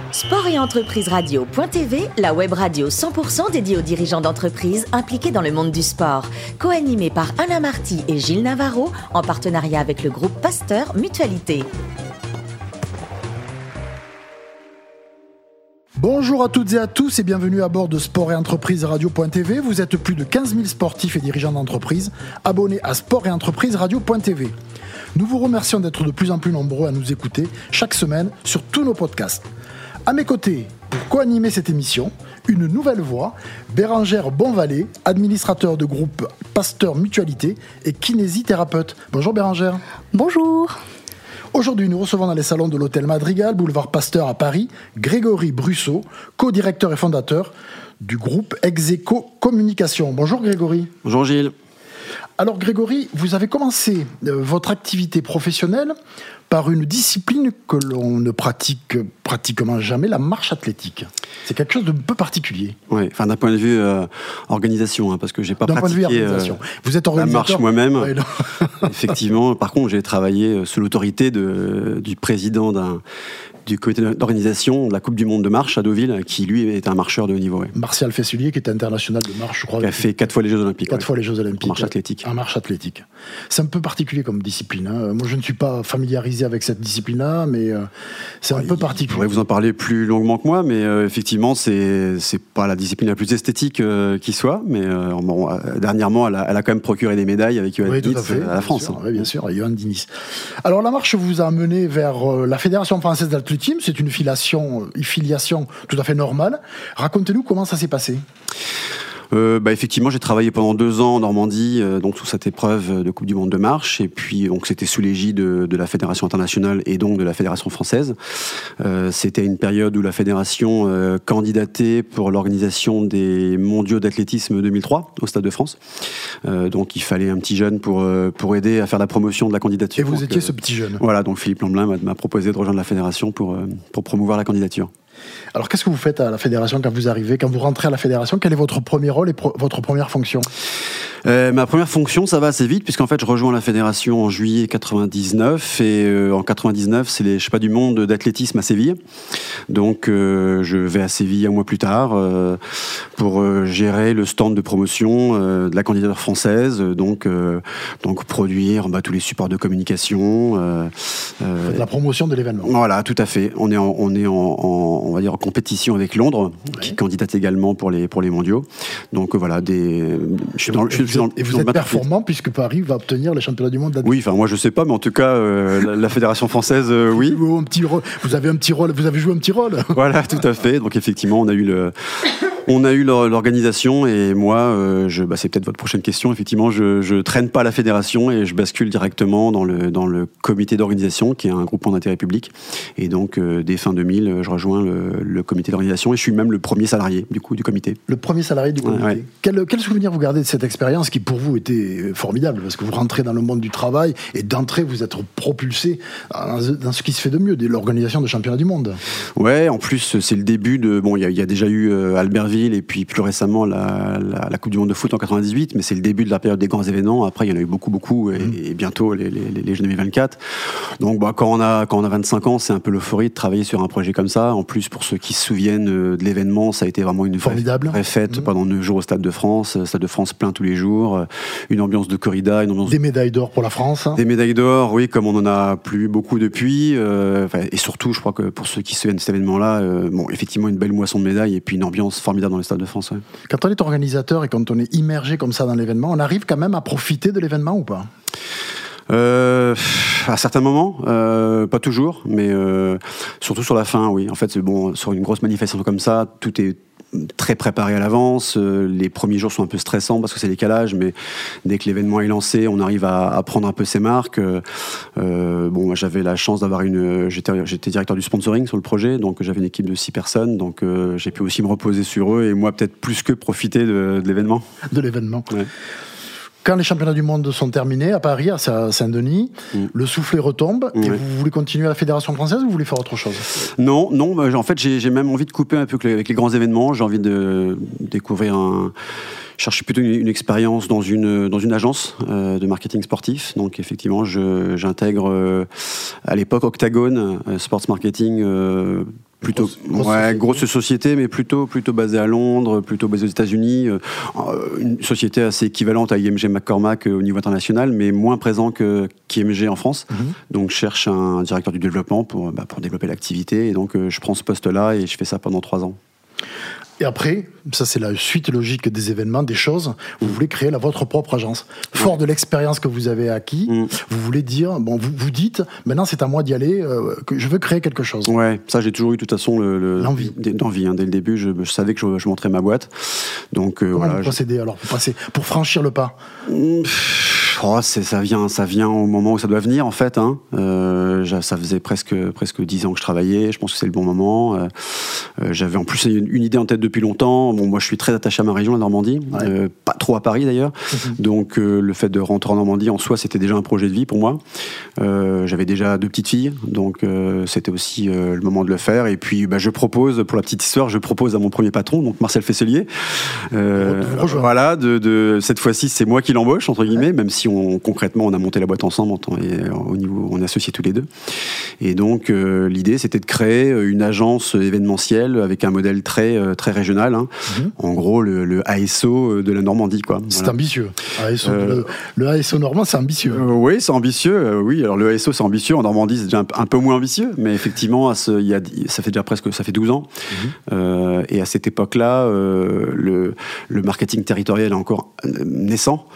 Sport et entreprise radio.tv, la web radio 100% dédiée aux dirigeants d'entreprises impliqués dans le monde du sport. Co-animée par Alain Marty et Gilles Navarro, en partenariat avec le groupe Pasteur Mutualité. Bonjour à toutes et à tous et bienvenue à bord de Sport et entreprise radio.tv. Vous êtes plus de 15 000 sportifs et dirigeants d'entreprise abonnés à Sport et entreprise radio.tv. Nous vous remercions d'être de plus en plus nombreux à nous écouter chaque semaine sur tous nos podcasts. À mes côtés, pour co-animer cette émission, une nouvelle voix, Bérengère Bonvalet, administrateur de groupe Pasteur Mutualité et kinésithérapeute. Bonjour Bérengère. Bonjour. Aujourd'hui, nous recevons dans les salons de l'hôtel Madrigal, boulevard Pasteur à Paris, Grégory Brusseau, co-directeur et fondateur du groupe Execo Communication. Bonjour Grégory. Bonjour Gilles. Alors Grégory, vous avez commencé votre activité professionnelle par une discipline que l'on ne pratique pratiquement jamais, la marche athlétique. C'est quelque chose de peu particulier. Oui, enfin d'un point de vue organisation, parce que j'ai pas pratiqué vous êtes la marche moi-même. Ouais, Effectivement, par contre, j'ai travaillé sous l'autorité du président du comité d'organisation de la Coupe du Monde de marche à Deauville, qui lui est un marcheur de haut niveau. Ouais. Martial Fessulier, qui est international de marche, je crois. Qui a fait 4 fois les Jeux Olympiques. 4 fois les Jeux Olympiques. En marche athlétique. En marche athlétique. C'est un peu particulier comme discipline. Hein. Moi, je ne suis pas familiarisé avec cette discipline-là, mais c'est un peu particulier. Je pourrais vous en parler plus longuement que moi, mais effectivement, c'est pas la discipline la plus esthétique qui soit, mais dernièrement, elle a quand même procuré des médailles avec Johan Diniz à la France. Oui, bien sûr, Johan Diniz. Alors, la marche vous a amené vers la Fédération française d'athlétisme. C'est une filiation tout à fait normale. Racontez-nous comment ça s'est passé. Effectivement, j'ai travaillé pendant 2 ans en Normandie, donc sous cette épreuve de Coupe du Monde de marche, et puis donc c'était sous l'égide de la Fédération internationale et donc de la Fédération française. C'était une période où la Fédération candidatait pour l'organisation des Mondiaux d'athlétisme 2003 au Stade de France. Donc il fallait un petit jeune pour aider à faire la promotion de la candidature. Et vous étiez ce petit jeune. Voilà, donc Philippe Lamblin m'a proposé de rejoindre la Fédération pour promouvoir la candidature. Alors, qu'est-ce que vous faites à la Fédération quand vous arrivez, quand vous rentrez à la Fédération? Quel est votre premier rôle et votre première fonction? Ma première fonction, ça va assez vite, puisqu'en fait, je rejoins la Fédération en juillet 99, et en 99, c'est les Championnats du monde d'athlétisme à Séville. Donc, je vais à Séville un mois plus tard pour gérer le stand de promotion de la candidature française, donc produire tous les supports de communication. La promotion de l'événement. Voilà, tout à fait. On est on va dire en compétition avec Londres, qui candidate également pour les mondiaux. Donc voilà, vous êtes performant puisque Paris va obtenir les championnats du monde d'athlétisme. Oui, enfin moi je sais pas, mais en tout cas la Fédération française, oui. Vous avez un petit rôle, vous avez joué un petit rôle. Voilà, tout à fait. Donc effectivement, on a eu l'organisation, et moi, c'est peut-être votre prochaine question. Effectivement, je traîne pas la fédération et je bascule directement dans le comité d'organisation, qui est un groupement d'intérêt public. Et donc, dès fin 2000, je rejoins le comité d'organisation et je suis même le premier salarié du comité. Le premier salarié du comité. Ouais. Quel souvenir vous gardez de cette expérience qui, pour vous, était formidable, parce que vous rentrez dans le monde du travail et d'entrée, vous êtes propulsé dans ce qui se fait de mieux, de l'organisation de championnats du monde. Ouais, en plus, c'est le début de... Bon, il y a déjà eu Albertville, et puis plus récemment la Coupe du Monde de foot en 98, mais c'est le début de la période des grands événements. Après, il y en a eu beaucoup, et bientôt les Jeux 2024. Donc, quand on a 25 ans, c'est un peu l'euphorie de travailler sur un projet comme ça. En plus, pour ceux qui se souviennent de l'événement, ça a été vraiment une vraie fête pendant 9 jours au Stade de France. Stade de France plein tous les jours, une ambiance de corrida, des médailles d'or pour la France. Des médailles d'or, oui, comme on en a plus beaucoup depuis. Et surtout, je crois que pour ceux qui se souviennent de cet événement-là, effectivement, une belle moisson de médailles et puis une ambiance formidable dans le Stade de France. Ouais. Quand on est organisateur et quand on est immergé comme ça dans l'événement, on arrive quand même à profiter de l'événement ou pas? À certains moments, pas toujours, mais surtout sur la fin, oui. En fait, sur une grosse manifestation comme ça, tout est très préparé à l'avance. Les premiers jours sont un peu stressants parce que c'est l'écalage, mais dès que l'événement est lancé, on arrive à prendre un peu ses marques. Moi, j'avais la chance d'avoir j'étais directeur du sponsoring sur le projet, donc j'avais une équipe de 6 personnes, donc j'ai pu aussi me reposer sur eux et moi peut-être plus que profiter de l'événement. De l'événement. Ouais. Quand les championnats du monde sont terminés à Paris, à Saint-Denis, le soufflet retombe et vous voulez continuer à la Fédération française ou vous voulez faire autre chose? Non, en fait j'ai même envie de couper un peu avec les grands événements. J'ai envie de découvrir Je cherche plutôt une expérience dans une agence de marketing sportif. Donc effectivement, j'intègre à l'époque Octagone Sports Marketing Plutôt, grosse société. société, mais plutôt basée à Londres, plutôt basée aux États-Unis. Une société assez équivalente à IMG McCormack au niveau international, mais moins présent qu'IMG en France. Donc, je cherche un directeur du développement pour développer l'activité. Et donc, je prends ce poste-là et je fais ça pendant 3 ans. Et après, ça c'est la suite logique des événements, des choses, vous voulez créer votre propre agence. Fort de l'expérience que vous avez acquis, vous voulez dire, vous dites, maintenant c'est à moi d'y aller, que je veux créer quelque chose. Ouais, ça j'ai toujours eu de toute façon l'envie. Dès le début, je savais que je monterais ma boîte. Donc, comment vous procédez alors pour franchir le pas? Ça vient au moment où ça doit venir en fait. Ça faisait presque 10 ans que je travaillais. Je pense que c'est le bon moment. J'avais en plus une idée en tête depuis longtemps. Bon, moi je suis très attaché à ma région, la Normandie. Pas trop à Paris d'ailleurs. Donc le fait de rentrer en Normandie en soi, c'était déjà un projet de vie pour moi. J'avais déjà 2 petites filles, donc c'était aussi le moment de le faire. Et puis je propose, pour la petite histoire, à mon premier patron, donc Marcel Fesselier. Voilà, cette fois-ci c'est moi qui l'embauche entre guillemets, même si concrètement on a monté la boîte ensemble et au niveau on est associés tous les deux. Et donc l'idée c'était de créer une agence événementielle avec un modèle très régional. En gros le ASO de la Normandie quoi. C'est ambitieux. Le ASO normand c'est ambitieux. Oui c'est ambitieux. Oui alors le ASO c'est ambitieux. En Normandie c'est déjà un peu moins ambitieux, mais effectivement ça fait 12 ans. Et à cette époque-là le marketing territorial est encore naissant.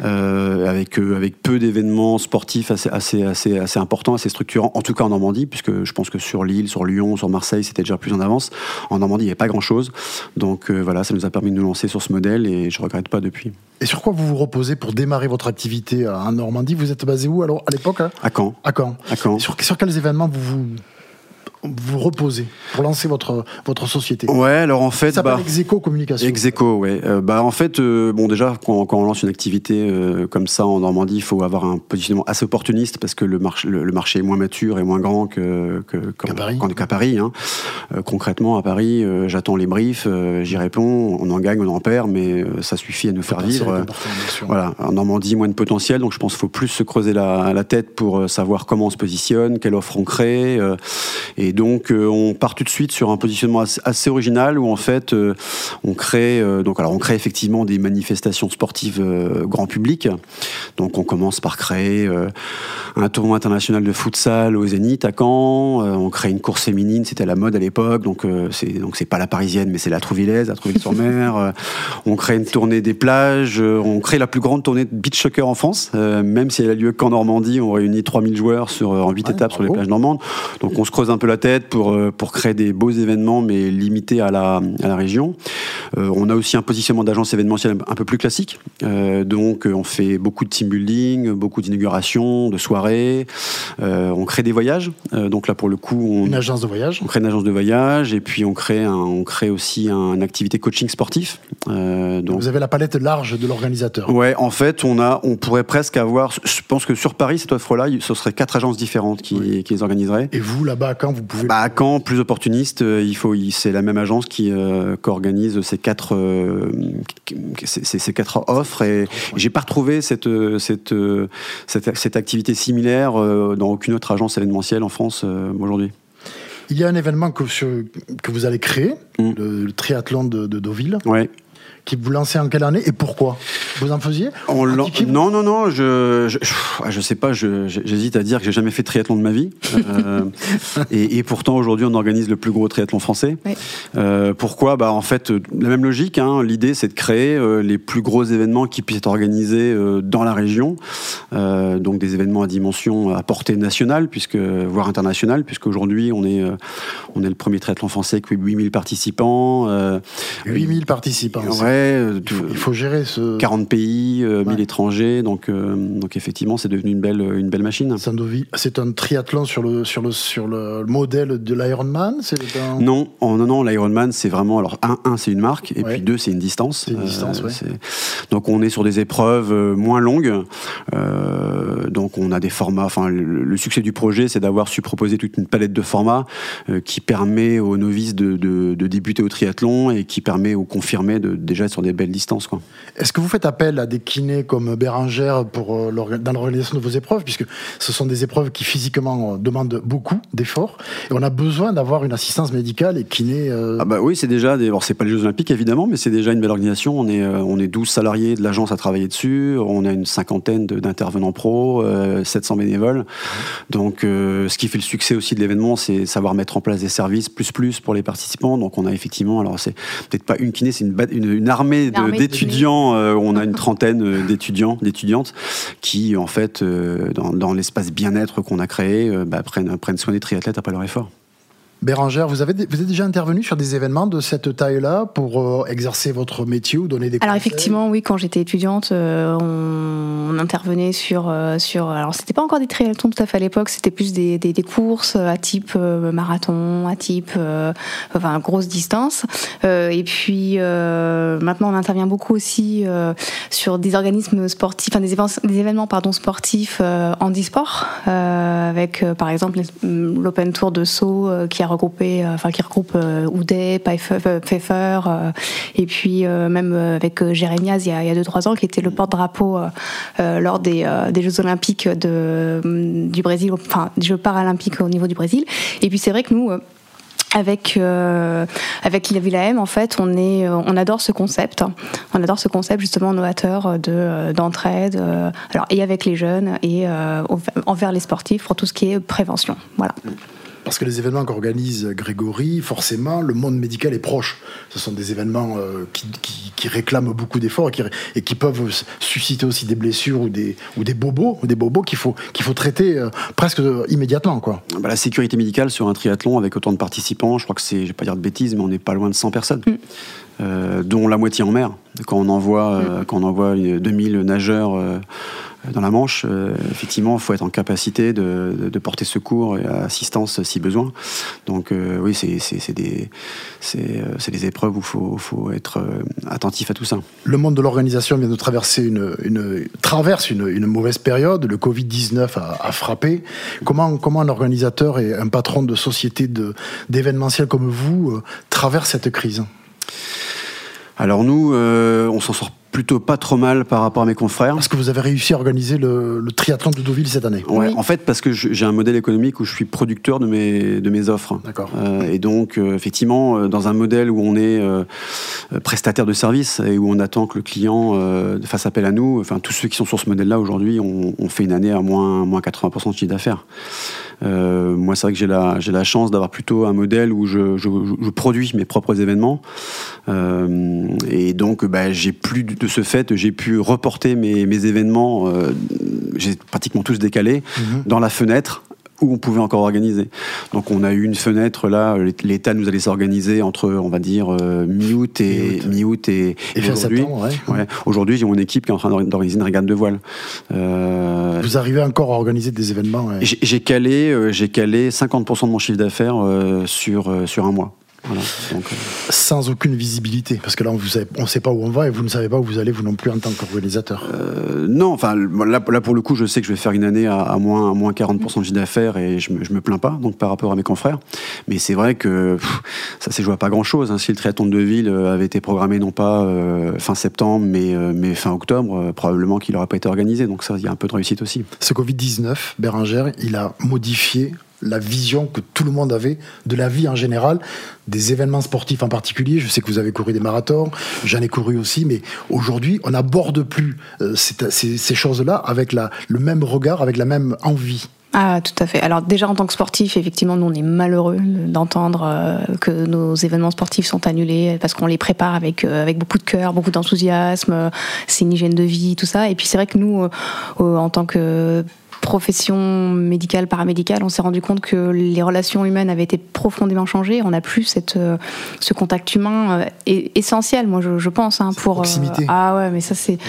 Avec peu d'événements sportifs assez importants, assez structurants, en tout cas en Normandie, puisque je pense que sur Lille, sur Lyon, sur Marseille, c'était déjà plus en avance. En Normandie, il n'y avait pas grand-chose. Donc ça nous a permis de nous lancer sur ce modèle et je ne regrette pas depuis. Et sur quoi vous vous reposez pour démarrer votre activité en Normandie? Vous êtes basé où alors, à l'époque? À Caen. À Caen. Sur quels événements vous reposez pour lancer votre société? Ouais, alors en fait, ça s'appelle Execo Communication. Execo, ouais. En fait, déjà, quand on lance une activité comme ça en Normandie, il faut avoir un positionnement assez opportuniste parce que le marché est moins mature et moins grand qu'à Paris. Concrètement, à Paris, j'attends les briefs, j'y réponds, on en gagne, on en perd, mais ça suffit à nous faire vivre. Voilà. En Normandie, moins de potentiel, donc je pense qu'il faut plus se creuser la tête pour savoir comment on se positionne, quelle offre on crée. Et donc, on part tout de suite sur un positionnement assez original où en fait, on crée effectivement des manifestations sportives grand public. Donc, on commence par créer un tournoi international de futsal au Zénith à Caen. On crée une course féminine, c'était à la mode à l'époque. Donc, c'est pas la parisienne, mais c'est la Trouvillez, à Trouville-sur-Mer. On crée une tournée des plages. On crée la plus grande tournée de beach soccer en France, même si elle a lieu qu'en Normandie. On réunit 3000 joueurs en 8 étapes sur les plages normandes. Donc, on se creuse un peu la tête pour créer des beaux événements, mais limités à la région. On a aussi un positionnement d'agence événementielle un peu plus classique. Donc, on fait beaucoup de team building, beaucoup d'inaugurations, de soirées. On crée des voyages. Donc là, pour le coup, une agence de voyage. On crée une agence de voyage et puis on crée aussi une activité coaching sportif. Donc vous avez la palette large de l'organisateur. Ouais, en fait, on pourrait presque avoir. Je pense que sur Paris, cette offre-là, ce serait 4 agences différentes qui les organiseraient. Et vous, là-bas, à Caen, vous pouvez. À Caen, plus opportuniste, c'est la même agence qui organise ces 4 offres. Et j'ai pas retrouvé cette activité similaire dans aucune autre agence événementielle en France aujourd'hui. Il y a un événement que vous allez créer, le triathlon de Deauville. Ouais. Qui vous lancez en quelle année et pourquoi? Vous en faisiez? Non, je sais pas, j'hésite à dire que j'ai jamais fait de triathlon de ma vie. Et pourtant, aujourd'hui, on organise le plus gros triathlon français. Oui. Pourquoi? En fait, la même logique, l'idée, c'est de créer les plus gros événements qui puissent être organisés dans la région. Donc, des événements à dimension à portée nationale, voire internationale, puisqu'aujourd'hui, on est le premier triathlon français avec 8000 participants. 8000 participants. Ouais. Il faut gérer 40 pays, 1000 étrangers, donc effectivement c'est devenu une belle machine. C'est un triathlon sur le modèle de l'Ironman. Non, l'Ironman c'est vraiment c'est une marque et puis 2 c'est une distance. C'est une distance, donc on est sur des épreuves moins longues. Donc on a des formats. Le succès du projet c'est d'avoir su proposer toute une palette de formats qui permet aux novices de débuter au triathlon et qui permet aux confirmés de déjà être sur des belles distances, quoi. Est-ce que vous faites appel à des kinés comme Bérengère dans l'organisation de vos épreuves, puisque ce sont des épreuves qui physiquement demandent beaucoup d'efforts, et on a besoin d'avoir une assistance médicale et kiné Oui, c'est déjà alors c'est pas les Jeux Olympiques évidemment, mais c'est déjà une belle organisation. On est 12 salariés de l'agence à travailler dessus, on a une cinquantaine d'intervenants pros, 700 bénévoles. Donc ce qui fait le succès aussi de l'événement, c'est savoir mettre en place des services plus pour les participants. Donc on a effectivement, alors c'est peut-être pas une kiné, c'est une armée d'étudiants. On a une trentaine d'étudiantes qui en fait dans l'espace bien-être qu'on a créé prennent soin des triathlètes après leur effort. Bérengère, vous êtes déjà intervenu sur des événements de cette taille-là pour exercer votre métier ou donner des conseils ? Alors effectivement, oui, quand j'étais étudiante, on intervenait sur. Alors c'était pas encore des triathlons tout à fait à l'époque, c'était plus des courses à type marathon, à type grosse distance. Et puis maintenant, on intervient beaucoup aussi sur des organismes sportifs, des événements sportifs handisport, avec par exemple l'Open Tour de Sceaux qui regroupe Houdet, Pfeffer, et puis même avec Jérémiaz il y a 2-3 ans, qui était le porte-drapeau lors des Jeux Olympiques du Brésil, des Jeux Paralympiques au niveau du Brésil. Et puis c'est vrai que nous, avec Lila Villahem, en fait, on adore ce concept. On adore ce concept justement novateur d'entraide, et avec les jeunes et envers les sportifs pour tout ce qui est prévention. Voilà. Parce que les événements qu'organise Grégory, forcément, le monde médical est proche. Ce sont des événements qui réclament beaucoup d'efforts et qui peuvent susciter aussi des blessures ou des bobos qu'il faut traiter presque immédiatement, quoi. La sécurité médicale sur un triathlon avec autant de participants, je crois que je vais pas dire de bêtises, mais on n'est pas loin de 100 personnes. Dont la moitié en mer. Quand on envoie 2000 nageurs dans la Manche, effectivement, il faut être en capacité de porter secours et assistance si besoin. Donc oui, c'est des épreuves où il faut être attentif à tout ça. Le monde de l'organisation vient de traverser traverse une mauvaise période. Le Covid-19 a frappé. Comment un organisateur et un patron de société d'événementiel comme vous traverse cette crise ? Alors nous, on s'en sort plutôt pas trop mal par rapport à mes confrères. Parce que vous avez réussi à organiser le triathlon de Deauville cette année. Ouais, oui. En fait, parce que j'ai un modèle économique où je suis producteur de mes offres. D'accord. Et donc, effectivement, dans un modèle où on est prestataire de service et où on attend que le client fasse appel à nous, enfin tous ceux qui sont sur ce modèle-là aujourd'hui, on fait une année à moins 80% de chiffre d'affaires. Moi, c'est vrai que j'ai la chance d'avoir plutôt un modèle où je produis mes propres événements. Et donc, j'ai pu reporter mes événements. J'ai pratiquement tous décalés dans la fenêtre où on pouvait encore organiser. Donc on a eu une fenêtre là, l'État nous a laissé organiser entre, on va dire, mi-août et aujourd'hui. Ouais. Aujourd'hui, j'ai mon équipe qui est en train d'organiser une régate de voile. Vous arrivez encore à organiser des événements? Ouais. J'ai calé 50% de mon chiffre d'affaires sur un mois. Voilà, donc, sans aucune visibilité, parce que là on ne sait pas où on va et vous ne savez pas où vous allez vous non plus en tant qu'organisateur. Non, enfin là pour le coup je sais que je vais faire une année à moins 40% de chiffre d'affaires et je me plains pas donc par rapport à mes confrères, mais c'est vrai que ça s'est joué à pas grand chose. Si le triathlon de Deauville avait été programmé non pas fin septembre mais fin octobre, probablement qu'il n'aurait pas été organisé, donc ça il y a un peu de réussite aussi. Ce Covid-19, Bérengère, il a modifié la vision que tout le monde avait de la vie en général, des événements sportifs en particulier. Je sais que vous avez couru des marathons, j'en ai couru aussi, mais aujourd'hui, on n'aborde plus ces choses-là avec le même regard, avec la même envie. Ah, tout à fait. Alors déjà en tant que sportif, effectivement, nous on est malheureux d'entendre que nos événements sportifs sont annulés parce qu'on les prépare avec beaucoup de cœur, beaucoup d'enthousiasme. C'est une hygiène de vie, tout ça. Et puis c'est vrai que nous, en tant que profession médicale, paramédicale, on s'est rendu compte que les relations humaines avaient été profondément changées. On n'a plus ce contact humain essentiel, moi je pense, pour proximité. Ah ouais, mais ça c'est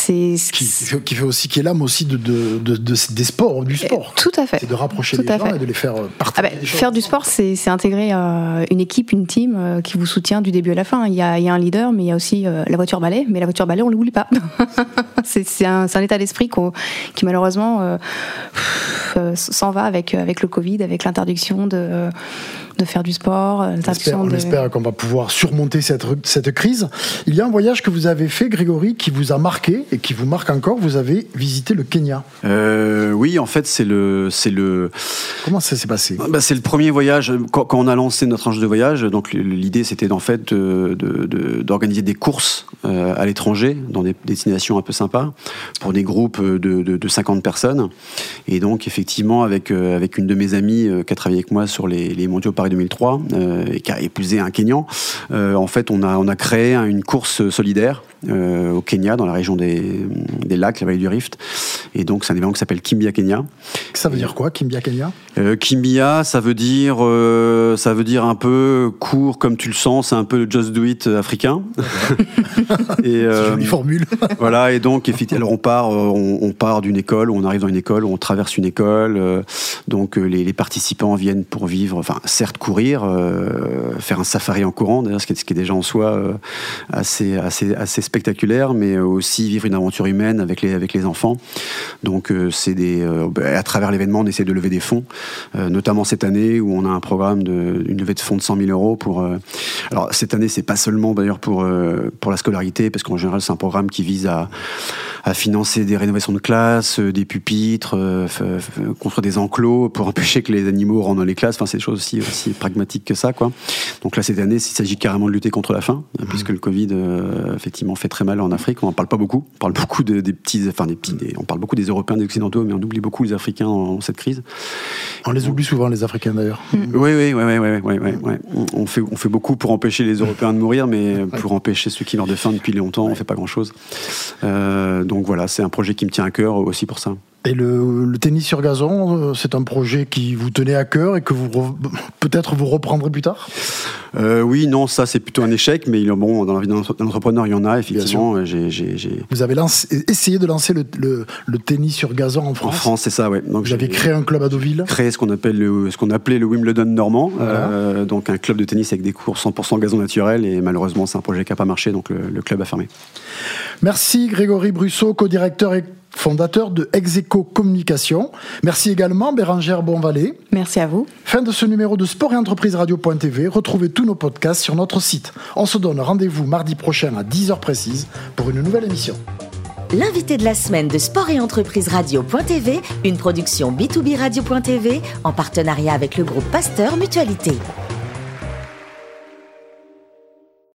qui fait aussi, qui est l'âme aussi des sports, du sport. Tout à fait. C'est de rapprocher les gens et de les faire partager. Faire du sport, c'est intégrer une équipe, une team qui vous soutient du début à la fin. Il y a un leader, mais il y a aussi la voiture balai. Mais la voiture balai, on l'oublie pas. c'est un état d'esprit qui malheureusement s'en va avec le Covid, avec l'interdiction de de faire du sport. On espère qu'on va pouvoir surmonter cette crise. Il y a un voyage que vous avez fait, Grégory, qui vous a marqué et qui vous marque encore. Vous avez visité le Kenya. Oui, en fait, c'est le. Comment ça s'est passé ? C'est le premier voyage. Quand on a lancé notre agence de voyage, donc l'idée c'était en fait d'organiser des courses à l'étranger, dans des destinations un peu sympas, pour des groupes de 50 personnes. Et donc, effectivement, avec une de mes amies qui a travaillé avec moi sur les mondiaux Paris 2003 et qui a épousé un Kényan, en fait, on a créé une course solidaire au Kenya, dans la région des lacs, la vallée du Rift. Et donc, c'est un événement qui s'appelle Kimbia Kenya. Ça veut dire quoi, Kimbia Kenya ? Kimbia, ça veut dire un peu court comme tu le sens, c'est un peu le Just Do It africain. Et c'est une jolie formule. Voilà, et donc alors on part d'une école, on arrive dans une école, on traverse une école, donc les participants viennent pour vivre, enfin certes courir, faire un safari en courant, d'ailleurs, ce qui est déjà en soi assez spectaculaire, mais aussi vivre une aventure humaine avec les enfants. Donc à travers l'événement, on essaie de lever des fonds, notamment cette année où on a un programme d'une levée de fonds de 100 000 euros pour. Alors cette année, c'est pas seulement d'ailleurs pour la scolarité, parce qu'en général, c'est un programme qui vise à financer des rénovations de classes, des pupitres, contre des enclos pour empêcher que les animaux rentrent dans les classes. Enfin, c'est des choses aussi pragmatiques que ça, quoi. Donc là, cette année, il s'agit carrément de lutter contre la faim, puisque le Covid, effectivement, fait très mal en Afrique. On n'en parle pas beaucoup. On parle beaucoup on parle beaucoup des Européens, des Occidentaux, mais on oublie beaucoup les Africains dans cette crise. On les oublie souvent, les Africains, d'ailleurs. Oui. On fait beaucoup pour empêcher les Européens de mourir, mais pour empêcher ceux qui meurent de faim depuis longtemps, on ne fait pas grand-chose. Donc voilà, c'est un projet qui me tient à cœur aussi pour ça. Et le tennis sur gazon, c'est un projet qui vous tenait à cœur et que peut-être vous reprendrez plus tard ? Oui, non, ça c'est plutôt un échec, mais bon, dans la vie d'un entrepreneur, il y en a, effectivement. Vous avez essayé de lancer le tennis sur gazon en France ? En France, c'est ça, oui. Donc, vous avez créé un club à Deauville ? Créé ce qu'on appelait le Wimbledon normand, voilà. Donc un club de tennis avec des cours 100% gazon naturel, et malheureusement, c'est un projet qui n'a pas marché, donc le club a fermé. Merci Grégory Brusseau, co-directeur et fondateur de Execo Communication. Merci également Bérangère Bonvalet. Merci à vous. Fin de ce numéro de Sport et Entreprise Radio.tv. Retrouvez tous nos podcasts sur notre site. On se donne rendez-vous mardi prochain à 10h précise pour une nouvelle émission. L'invité de la semaine de Sport et Entreprise Radio.tv, une production B2B Radio.tv en partenariat avec le groupe Pasteur Mutualité.